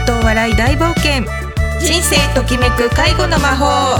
と笑い大冒険、人生ときめく介護の魔法。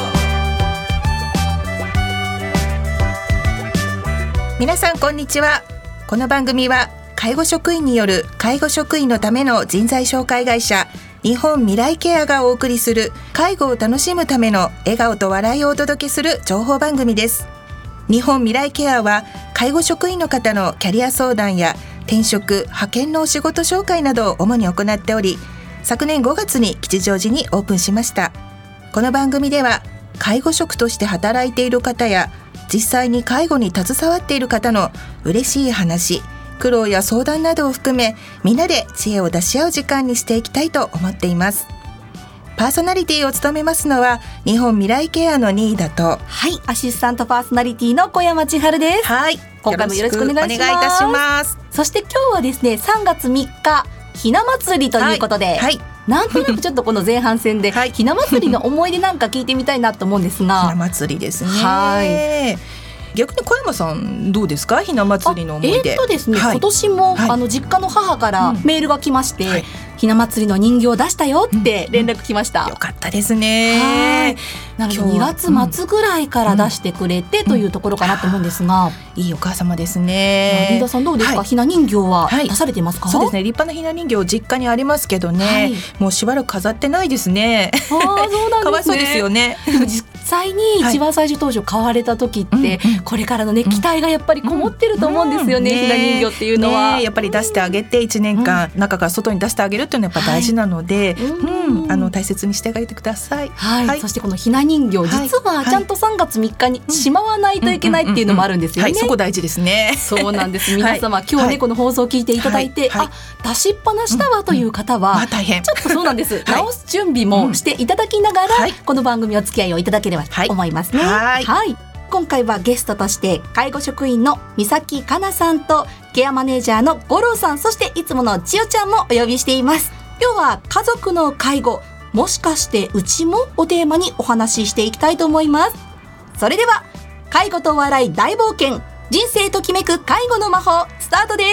皆さんこんにちは。この番組は介護職員による介護職員のための人材紹介会社日本未来ケアがお送りする介護を楽しむための笑顔と笑いをお届けする情報番組です。日本未来ケアは介護職員の方のキャリア相談や転職・派遣のお仕事紹介などを主に行っており、昨年5月に吉祥寺にオープンしました。この番組では介護職として働いている方や実際に介護に携わっている方の嬉しい話、苦労や相談などを含め、みんなで知恵を出し合う時間にしていきたいと思っています。パーソナリティを務めますのは日本未来ケアの新田と、 はい、アシスタントパーソナリティの小山千春です。 はい、 今回もよろしくお願いします。 お願いいたします。 そして今日はですね、3月3日ひな祭りということで、はい、なんとなくちょっとこの前半戦で、はい、ひな祭りの思い出なんか聞いてみたいなと思うんですがひな祭りですね。 はい、 逆に小山さんどうですか、ひな祭りの思い出。 ですね、 はい、 今年も、はい、実家の母からメールが来まして、はい、ひな祭りの人形を出したよって連絡来ました。 よかったですね。 はい、なので2月末ぐらいから出してくれてというところかなと思うんですが、 いいお母様ですね。 新田さんどうですか、はい、ひな人形は出されていますか。 そうですね、立派なひな人形実家にありますけどね、はい、もうしばらく飾ってないですね。 そうなんですね。 かわいそうですよね。 でも実際に一番最初当初買われた時って、これからのね期待がやっぱりこもってると思うんですよね、ひな人形っていうのは、 やっぱり出してあげて1年間、中から外に出してあげるっていうのはやっぱ大事なので、大切にしてあげてください。 はいはい、そしてこのひな人形、実はちゃんと3月3日にしまわないといけないっていうのもあるんですよね。 そこ大事ですね。 そうなんです。皆様、今日ね、この放送を聞いていただいて、出しっぱなしだわという方は、 大変ちょっとそうなんです、直す準備もしていただきながら、この番組お付き合いをいただければと思いますね。はい、今回はゲストとして介護職員の三崎かなさんとケアマネージャーの五郎さん、そしていつもの千代ちゃんもお呼びしています。今日は家族の介護、もしかしてうちもをテーマにお話ししていきたいと思います。それでは介護と笑い大冒険、人生ときめく介護の魔法、スタートです。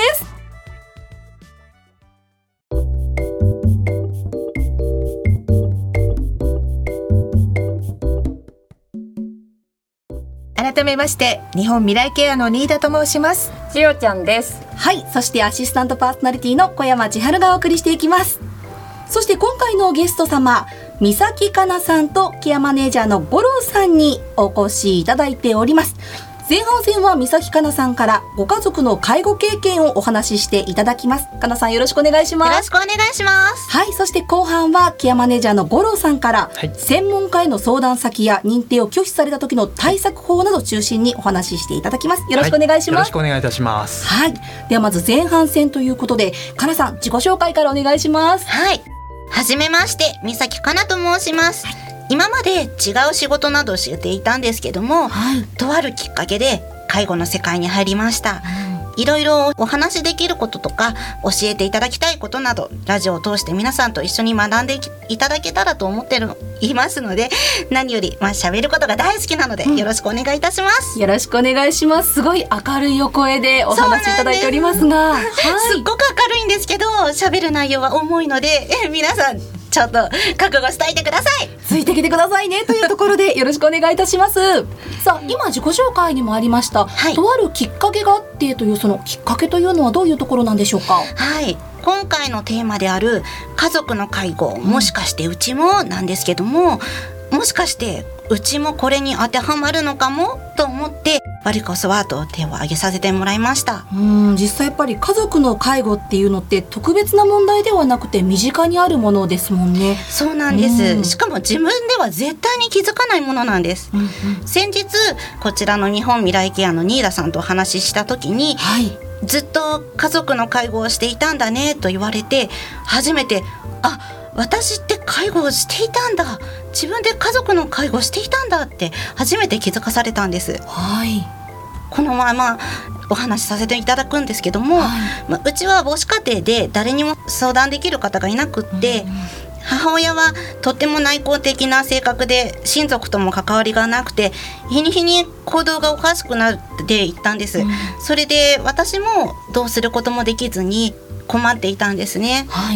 改めまして日本未来ケアの新田と申します。 千代ちゃんです。 はい、そしてアシスタントパーソナリティの小山千春がお送りしていきます。そして今回のゲスト様、三崎かなさんとケアマネージャーの五郎さんにお越しいただいております。前半戦は三崎かなさんからご家族の介護経験をお話ししていただきます。かなさんよろしくお願いします。 よろしくお願いします。 はい、そして後半はケアマネージャーの五郎さんから、専門家への相談先や認定を拒否された時の対策法など中心にお話ししていただきます。よろしくお願いします。 よろしくお願いいたします。 はい、ではまず前半戦ということで、かなさん自己紹介からお願いします。 はい、はじめまして、三崎かなと申します。今まで違う仕事などをしていたんですけども、とあるきっかけで介護の世界に入りました。いろいろお話しできることとか教えていただきたいことなど、ラジオを通して皆さんと一緒に学んでいただけたらと思っていますので、何より喋ることが大好きなので、よろしくお願いいたします。 よろしくお願いします。すごい明るいお声でお話しいただいておりますが、 すっごく明るいんですけど、喋る内容は重いので、皆さんちょっと覚悟しておいてください。 ついてきてくださいねというところでよろしくお願いいたします。さあ、今自己紹介にもありました、とあるきっかけがあってという、そのきっかけというのはどういうところなんでしょうか。 はい、今回のテーマである家族の介護、もしかしてうちもなんですけども、もしかしてうちもこれに当てはまるのかもと思って、我こそはと手を挙げさせてもらいました。 実際やっぱり家族の介護っていうのって特別な問題ではなくて身近にあるものですもんね。 そうなんです。しかも自分では絶対に気づかないものなんです。先日こちらの日本未来ケアの新田さんとお話しした時に、ずっと家族の介護をしていたんだねと言われて、初めて私って介護をしていたんだ、自分で家族の介護をしていたんだって初めて気づかされたんです。このままお話しさせていただくんですけども、うちは母子家庭で誰にも相談できる方がいなくって、母親はとっても内向的な性格で親族とも関わりがなくて、日に日に行動がおかしくなっていったんです、それで私もどうすることもできずに困っていたんですね。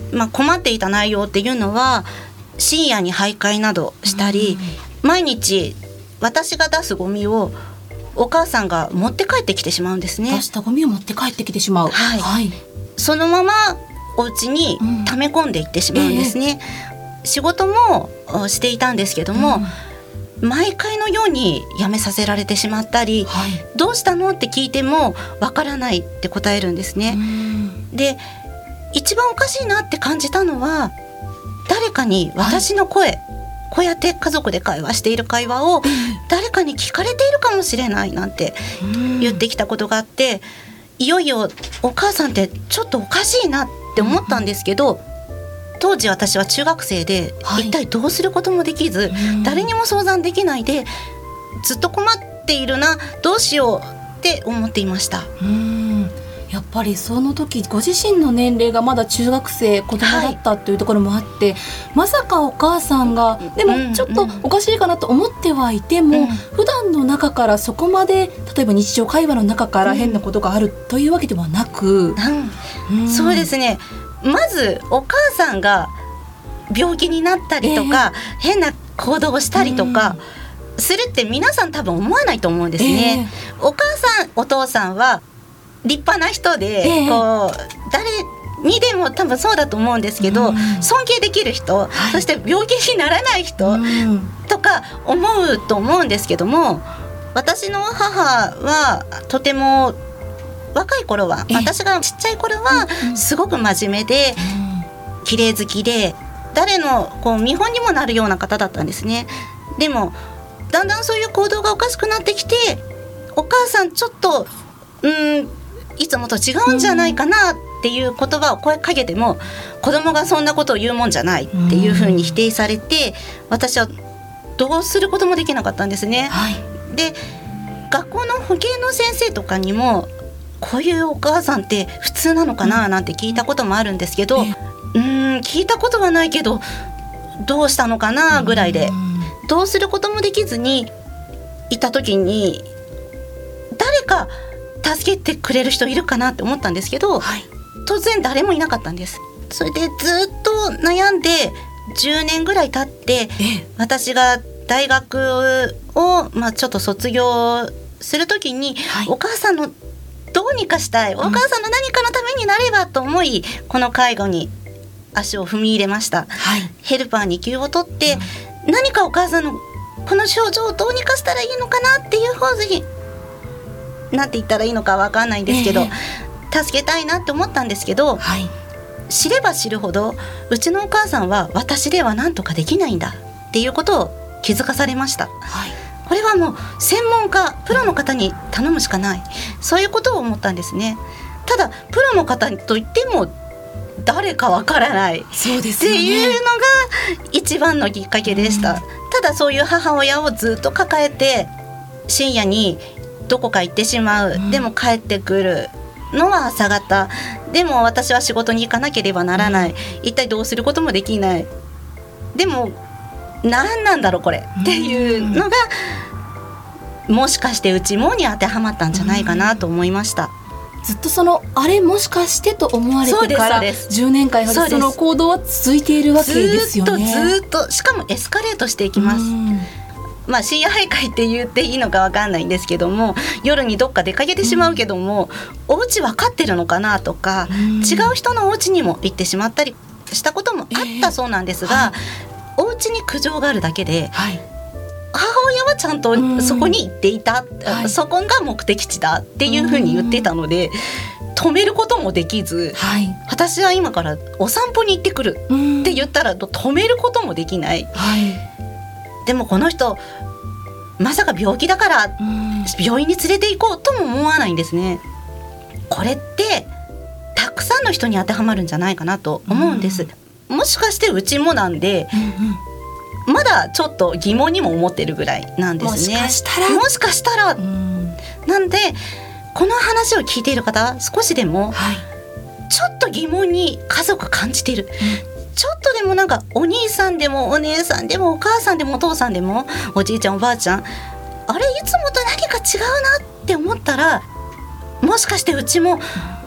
困っていた内容っていうのは深夜に徘徊などしたり、毎日私が出すゴミをお母さんが持って帰ってきてしまうんですね。 出したゴミを持って帰ってきてしまう、 そのままお家に溜め込んでいってしまうんですね。仕事もしていたんですけども、毎回のように辞めさせられてしまったり、どうしたのって聞いてもわからないって答えるんですね。で、一番おかしいなって感じたのは、誰かに私の声、こうやって家族で会話している会話を誰かに聞かれているかもしれないなんて言ってきたことがあって、いよいよお母さんってちょっとおかしいなって思ったんですけど、当時私は中学生で一体どうすることもできず、誰にも相談できないでずっと困っているな、どうしようって思っていました。 やっぱりその時ご自身の年齢がまだ中学生子供だったというところもあって、まさかお母さんがでもちょっとおかしいかなと思ってはいても、普段の中からそこまで例えば日常会話の中から変なことがあるというわけではなく、 そうですね、まずお母さんが病気になったりとか、変な行動をしたりとかするって皆さん多分思わないと思うんですね。お母さんお父さんは立派な人で、こう誰にでも多分そうだと思うんですけど、尊敬できる人、そして病気にならない人とか思うと思うんですけども、私の母はとても若い頃は、私がちっちゃい頃はすごく真面目で綺麗好きで、誰の見本にもなるような方だったんですね。でもだんだんそういう行動がおかしくなってきて、お母さんちょっといつもと違うんじゃないかなっていう言葉を声かけても、子供がそんなことを言うもんじゃないっていうふうに否定されて、私はどうすることもできなかったんですね。で、学校の保健の先生とかにもこういうお母さんって普通なのかななんて聞いたこともあるんですけど、聞いたことはないけどどうしたのかなぐらいで、どうすることもできずにいた時に、誰か助けてくれる人いるかなって思ったんですけど、突然誰もいなかったんです。それでずっと悩んで10年ぐらい経って、私が大学をちょっと卒業する時に、お母さんのどうにかしたい、お母さんの何かのためになればと思い、この介護に足を踏み入れました。ヘルパーに休を取って、何かお母さんのこの症状をどうにかしたらいいのかなっていう方になんて言ったらいいのか分かんないんですけど、助けたいなって思ったんですけど、知れば知るほどうちのお母さんは私では何とかできないんだっていうことを気づかされました。これはもう専門家プロの方に頼むしかない、そういうことを思ったんですね。ただプロの方といっても誰かわからないっていうのが一番のきっかけでした。ただそういう母親をずっと抱えて深夜にどこか行ってしまう、でも帰ってくるのは朝方、でも私は仕事に行かなければならない、一体どうすることもできない、でも何なんだろうこれっていうのが、もしかしてうちもに当てはまったんじゃないかなと思いました。 ずっとあれもしかしてと思われてから10年間やはりその行動は続いているわけですよね。 ずっとしかもエスカレートしていきます。深夜徘徊って言っていいのか分かんないんですけども、夜にどっか出かけてしまうけども、お家分かってるのかなとか、違う人のお家にも行ってしまったりしたこともあったそうなんですが、お家に苦情があるだけで、母親はちゃんとそこに行っていた、そこが目的地だっていうふうに言ってたので、止めることもできず、私は今からお散歩に行ってくるって言ったら止めることもできない、でもこの人まさか病気だから病院に連れて行こうとも思わないんですね。これってたくさんの人に当てはまるんじゃないかなと思うんです。もしかしてうちもなんで、まだちょっと疑問にも思ってるぐらいなんですね。もしかしたらなんで、この話を聞いている方、少しでもちょっと疑問に家族感じてる、ちょっとでもなんかお兄さんでもお姉さんでもお母さんでもお父さんでもおじいちゃんおばあちゃん、あれいつもと何か違うなって思ったら、もしかしてうちも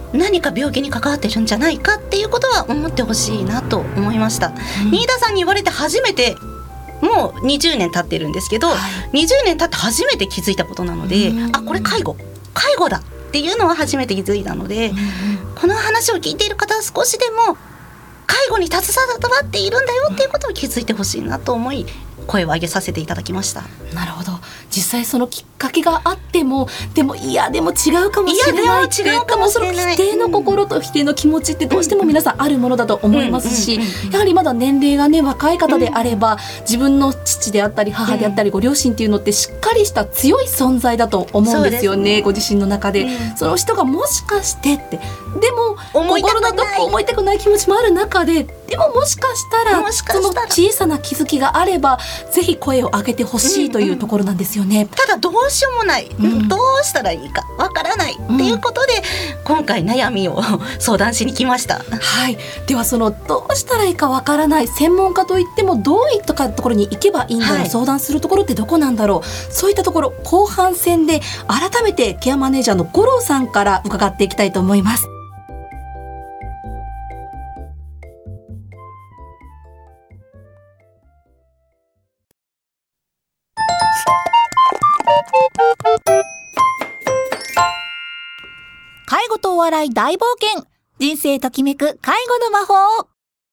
何か病気に関わってるんじゃないかっていうことは思ってほしいなと思いました。新田さんに言われて初めて、もう20年経ってるんですけど、20年経って初めて気づいたことなので、これ介護だっていうのは初めて気づいたので、この話を聞いている方は少しでも介護に携わっているんだよっていうことを気づいてほしいなと思い、声を上げさせていただきました。 なるほど。実際そのきっかけがあっても、でも違うかもしれないっていうかも、その否定の心と否定の気持ちってどうしても皆さんあるものだと思いますし、やはりまだ年齢がね若い方であれば、自分の父であったり母であったりご両親っていうのってしっかりした強い存在だと思うんですよね。ご自身の中で、その人がもしかしてって、でも心のどこ思いたくない気持ちもある中で、でももしかしたらその小さな気づきがあればぜひ声を上げてほしいというところなんですよね。 ただどうしようもない、どうしたらいいかわからないっていうことで、今回悩みを相談しに来ました。 はい、ではそのどうしたらいいかわからない、専門家といってもどういったところに行けばいいんだろう、相談するところってどこなんだろう、そういったところ後半戦で改めてケアマネージャーの五郎さんから伺っていきたいと思います。 介護とお笑い大冒険、人生ときめく介護の魔法。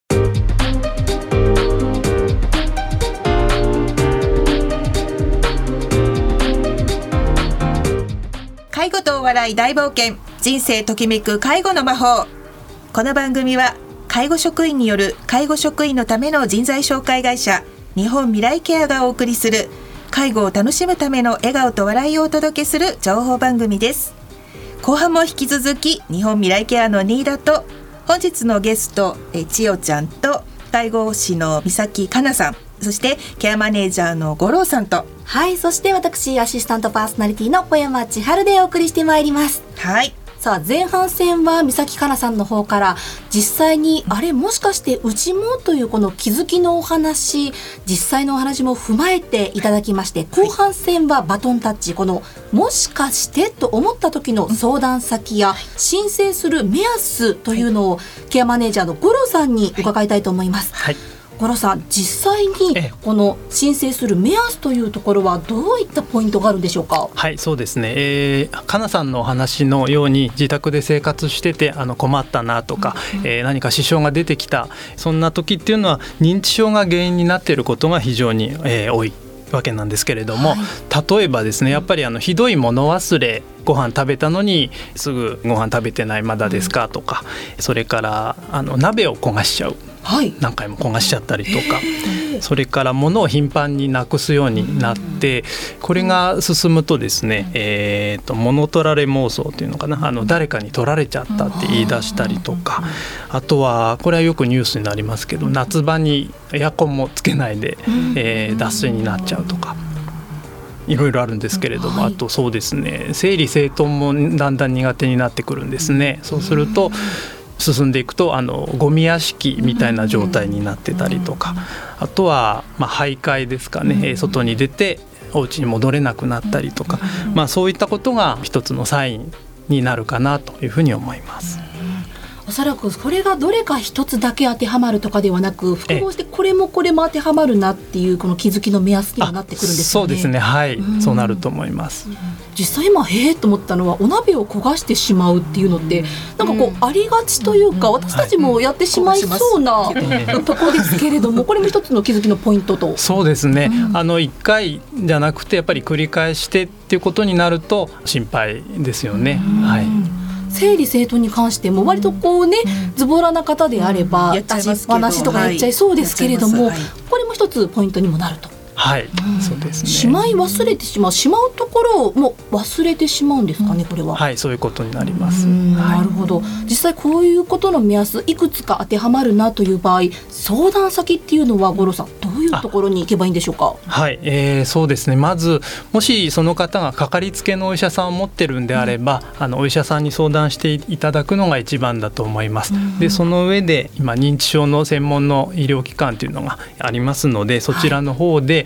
介護とお笑い大冒険、人生ときめく介護の魔法。この番組は介護職員による介護職員のための人材紹介会社日本未来ケアがお送りする介護を楽しむための笑顔と笑いをお届けする情報番組です。後半も引き続き日本未来ケアの新田と、本日のゲスト千代ちゃんと、介護士の三崎かなさん、そしてケアマネージャーの五郎さんと、 はい、そして私アシスタントパーソナリティの小山千春でお送りしてまいります。 はい。 さあ前半戦は三崎かなさんの方から実際にもしかしてうちもというこの気づきのお話、実際のお話も踏まえていただきまして、後半戦はバトンタッチ、このもしかしてと思った時の相談先や申請する目安というのをケアマネージャーの五郎さんに伺いたいと思います。 はい、 五郎さん、実際にこの申請する目安というところはどういったポイントがあるんでしょうか。 はい、そうですね、かなさんのお話のように自宅で生活してて困ったなとか、何か支障が出てきた、そんな時っていうのは認知症が原因になっていることが非常に、多いわけなんですけれども、例えばですね、やっぱりひどい物忘れ、ご飯食べたのにすぐご飯食べてない、まだですかとか、それから鍋を焦がしちゃう、何回も焦がしちゃったりとか、それから物を頻繁になくすようになって、これが進むとですね、物取られ妄想というのかな、誰かに取られちゃったって言い出したりとか、あとはこれはよくニュースになりますけど、夏場にエアコンもつけないで、脱水になっちゃうとか、いろいろあるんですけれども、あとそうですね、整理整頓もだんだん苦手になってくるんですね。そうすると進んでいくとゴミ屋敷みたいな状態になってたりとか、あとは徘徊ですかね、外に出てお家に戻れなくなったりとか、そういったことが一つのサインになるかなというふうに思います。 おそらくそれがどれか一つだけ当てはまるとかではなく、複合してこれもこれも当てはまるなっていうこの気づきの目安にはなってくるんですよね。 そうですね、はい、そうなると思います。 実際今と思ったのは、お鍋を焦がしてしまうっていうのってなんかこうありがちというか、私たちもやってしまいそうなところですけれども、これも一つの気づきのポイントと。 そうですね、1回じゃなくてやっぱり繰り返してっていうことになると心配ですよね。はい、 整理整頓に関しても割とこうね、ズボラな方であれば立ちっぱなしとかやっちゃいそうですけれども、これも一つポイントにもなると。 はい、そうですね。 しまい忘れてしまうところをもう忘れてしまうんですかね、これは。 はい、そういうことになります。 なるほど。実際こういうことの目安いくつか当てはまるなという場合、相談先っていうのは五郎さん、どういうところに行けばいいんでしょうか。 はい、そうですね、まずもしその方がかかりつけのお医者さんを持ってるんであれば、お医者さんに相談していただくのが一番だと思います。でその上で今認知症の専門の医療機関というのがありますので、そちらの方で、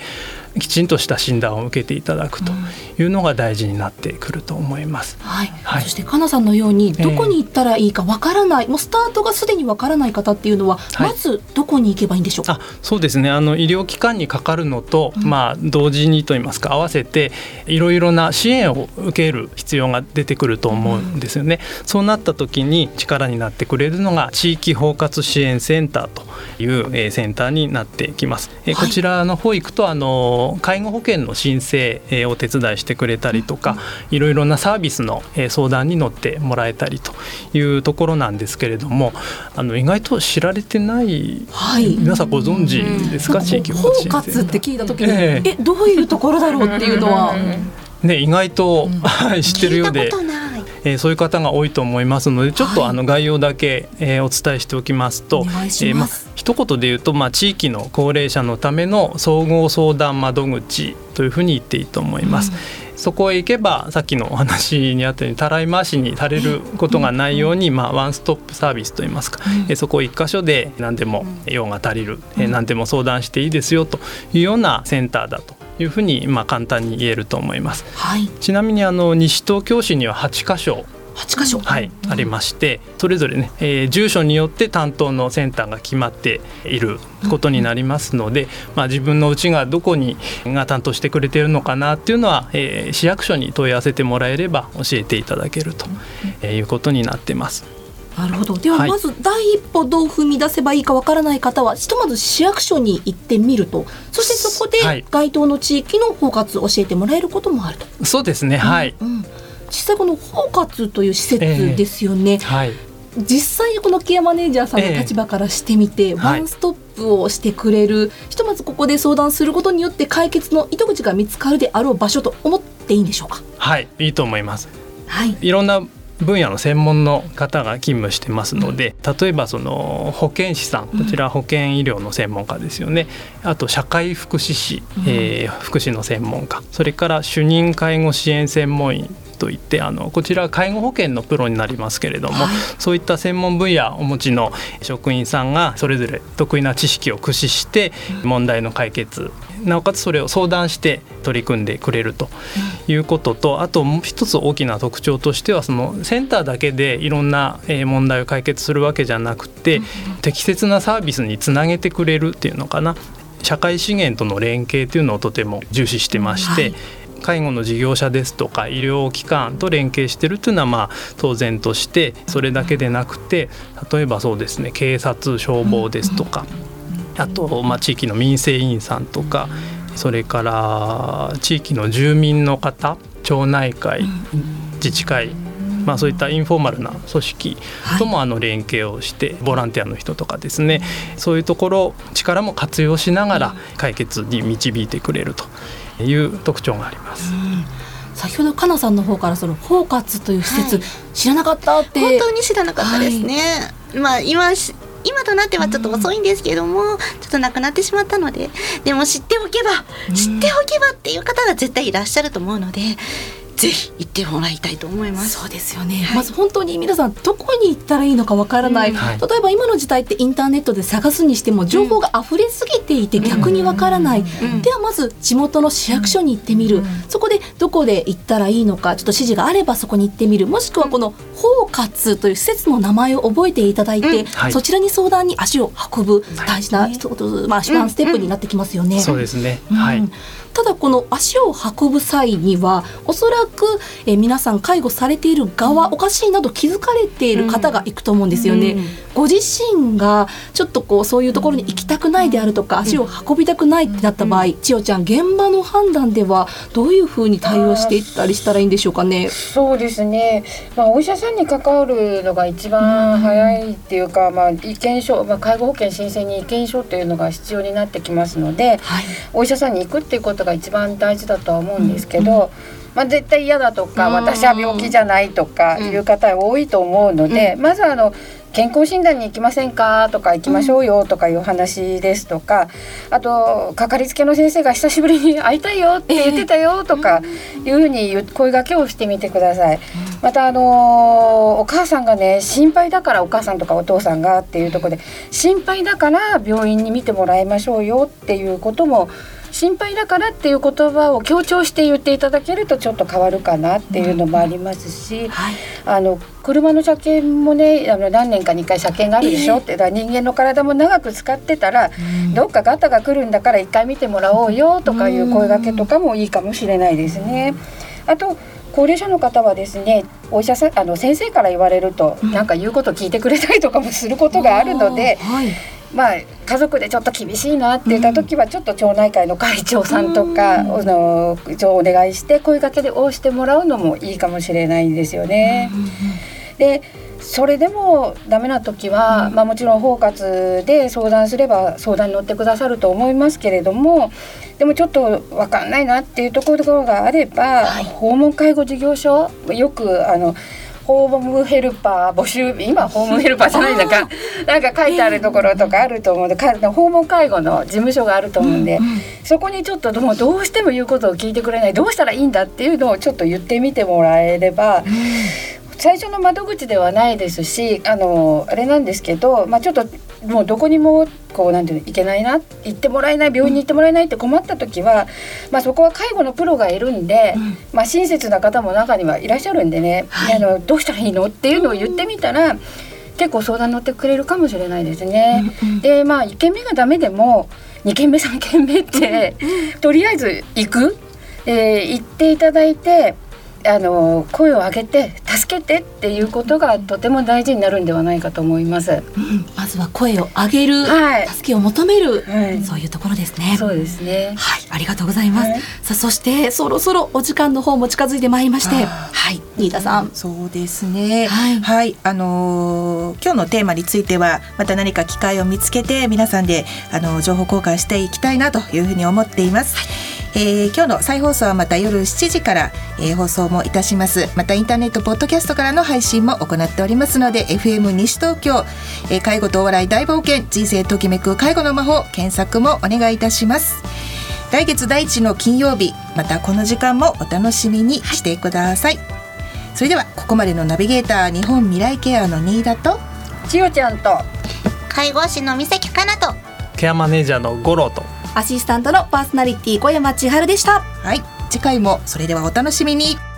きちんとした診断を受けていただくというのが大事になってくると思います。 そしてかなさんのようにどこに行ったらいいかわからない、もうスタートがすでにわからない方っていうのは、まずどこに行けばいいんでしょうか。 そうですね、医療機関にかかるのと、同時にといいますか合わせていろいろな支援を受ける必要が出てくると思うんですよね。そうなった時に力になってくれるのが地域包括支援センターというセンターになってきます。こちらの方行くと介護保険の申請を手伝いしてくれたりとか、いろいろなサービスの相談に乗ってもらえたりというところなんですけれども、意外と知られてない、皆さんご存知ですか？地域包括支援センターって聞いた時に、どういうところだろうっていうのは意外と、知ってるようで、そういう方が多いと思いますので、ちょっと概要だけ、お伝えしておきますと、一言で言うと、地域の高齢者のための総合相談窓口というふうに言っていいと思います。そこへ行けばさっきのお話にあったようにたらい回しにされることがないように、ワンストップサービスといいますか、そこ一箇所で何でも用が足りる、何でも相談していいですよというようなセンターだというふうに簡単に言えると思います。ちなみに西東京市には8カ所ありまして、それぞれね、住所によって担当のセンターが決まっていることになりますので、自分のうちがどこが担当してくれているのかなっていうのは、市役所に問い合わせてもらえれば教えていただけるということになってます。 なるほど。ではまず第一歩どう踏み出せばいいかわからない方は、ひとまず市役所に行ってみると、そしてそこで該当の地域の包括を教えてもらえることもあると。 そうですね、 実際この包括という施設ですよね、実際にこのケアマネージャーさんの立場からしてみて、ワンストップをしてくれる、ひとまずここで相談することによって解決の糸口が見つかるであろう場所と思っていいんでしょうか？ いいと思います。いろんな分野の専門の方が勤務してますので、例えばその保健師さん、こちら保健医療の専門家ですよね。あと社会福祉士、福祉の専門家、それから主任介護支援専門員といって、こちらは介護保険のプロになりますけれども、そういった専門分野をお持ちの職員さんがそれぞれ得意な知識を駆使して問題の解決、なおかつそれを相談して取り組んでくれるということと、あともう一つ大きな特徴としては、そのセンターだけでいろんな問題を解決するわけじゃなくて、適切なサービスにつなげてくれるっていうのかな、社会資源との連携というのをとても重視してまして、介護の事業者ですとか医療機関と連携しているというのは当然として、それだけでなくて、例えばそうですね、警察消防ですとか、あと地域の民生委員さんとか、それから地域の住民の方、町内会、自治会、そういったインフォーマルな組織とも連携をして、ボランティアの人とかですね、そういうところ力も活用しながら解決に導いてくれるという特徴があります。 先ほどかなさんの方からその包括という施設、知らなかったって。 本当に知らなかったですね。今となってはちょっと遅いんですけども、ちょっとなくなってしまったので、でも知っておけばっていう方が絶対いらっしゃると思うので、ぜひ行ってもらいたいと思います。 そうですよね、まず本当に皆さんどこに行ったらいいのかわからない、例えば今の時代ってインターネットで探すにしても情報が溢れすぎていて逆にわからない、ではまず地元の市役所に行ってみる、そこでどこで行ったらいいのかちょっと指示があればそこに行ってみる、もしくはこの包括という施設の名前を覚えていただいて、そちらに相談に足を運ぶ大事なワンステップになってきますよね。 そうですね、 ただこの足を運ぶ際にはおそらく皆さん介護されている側、おかしいなど気づかれている方が行くと思うんですよね、ご自身がちょっとそういうところに行きたくないであるとか、足を運びたくないってなった場合、千代ちゃん現場の判断ではどういうふうに対応していったりしたらいいんでしょうかね。 そうですね、お医者さんに関わるのが一番早いっていうか、意見書、介護保険申請に意見書っていうのが必要になってきますので、お医者さんに行くっていうことが一番大事だとは思うんですけど、絶対嫌だとか、私は病気じゃないとかいう方多いと思うので、まず健康診断に行きませんかとか、行きましょうよとかいう話ですとか、あとかかりつけの先生が久しぶりに会いたいよって言ってたよとかいうふうに声掛けをしてみてください。またお母さんがね心配だから、お母さんとかお父さんがっていうところで心配だから病院に見てもらいましょうよっていうことも心配だからっていう言葉を強調して言っていただけるとちょっと変わるかなっていうのもありますし、車の車検もね何年かに1回車検があるでしょって、だから人間の体も長く使ってたら、どっかガタが来るんだから1回見てもらおうよとかいう声掛けとかもいいかもしれないですね。あと高齢者の方はですね、お医者さん先生から言われると、なんか言うこと聞いてくれたりとかもすることがあるので、家族でちょっと厳しいなって言った時はちょっと町内会の会長さんとかお願いして声掛けで応じてもらうのもいいかもしれないんですよね。でそれでもダメな時は、もちろん包括で相談すれば相談に乗ってくださると思いますけれども、でもちょっと分かんないなっていうところがあれば、訪問介護事業所よくホームヘルパー募集、今ホームヘルパーじゃないんだかなんか書いてあるところとかあると思うので、訪問介護の事務所があると思うんで、そこにちょっともうどうしても言うことを聞いてくれない、どうしたらいいんだっていうのをちょっと言ってみてもらえれば、最初の窓口ではないですし、あれなんですけど、ちょっともうどこにもなんていうの行けないな、行ってもらえない、病院に行ってもらえないって困った時は、そこは介護のプロがいるんで、親切な方も中にはいらっしゃるんでね、どうしたらいいのっていうのを言ってみたら、結構相談乗ってくれるかもしれないですね。で1件目がダメでも2件目3件目ってとりあえず行く、行っていただいて声を上げて助けてっていうことがとても大事になるんではないかと思います。 まずは声を上げる、助けを求める、そういうところですね。 そうですね。 ありがとうございます。さあそしてそろそろお時間の方も近づいてまいりまして、新田さん。 そうですね。今日のテーマについてはまた何か機会を見つけて皆さんで情報交換していきたいなというふうに思っています。今日の再放送はまた夜7時から、放送もいたします。またインターネットポッドキャストからの配信も行っておりますので、 FM 西東京、介護とお笑い大冒険、人生ときめく介護の魔法、検索もお願いいたします。来月第1の金曜日、またこの時間もお楽しみにしてください。それではここまでのナビゲーター、日本未来ケアの新田と千代ちゃんと介護士の三崎かなとケアマネージャーの五郎とアシスタントのパーソナリティ小山千春でした。 次回もそれではお楽しみに。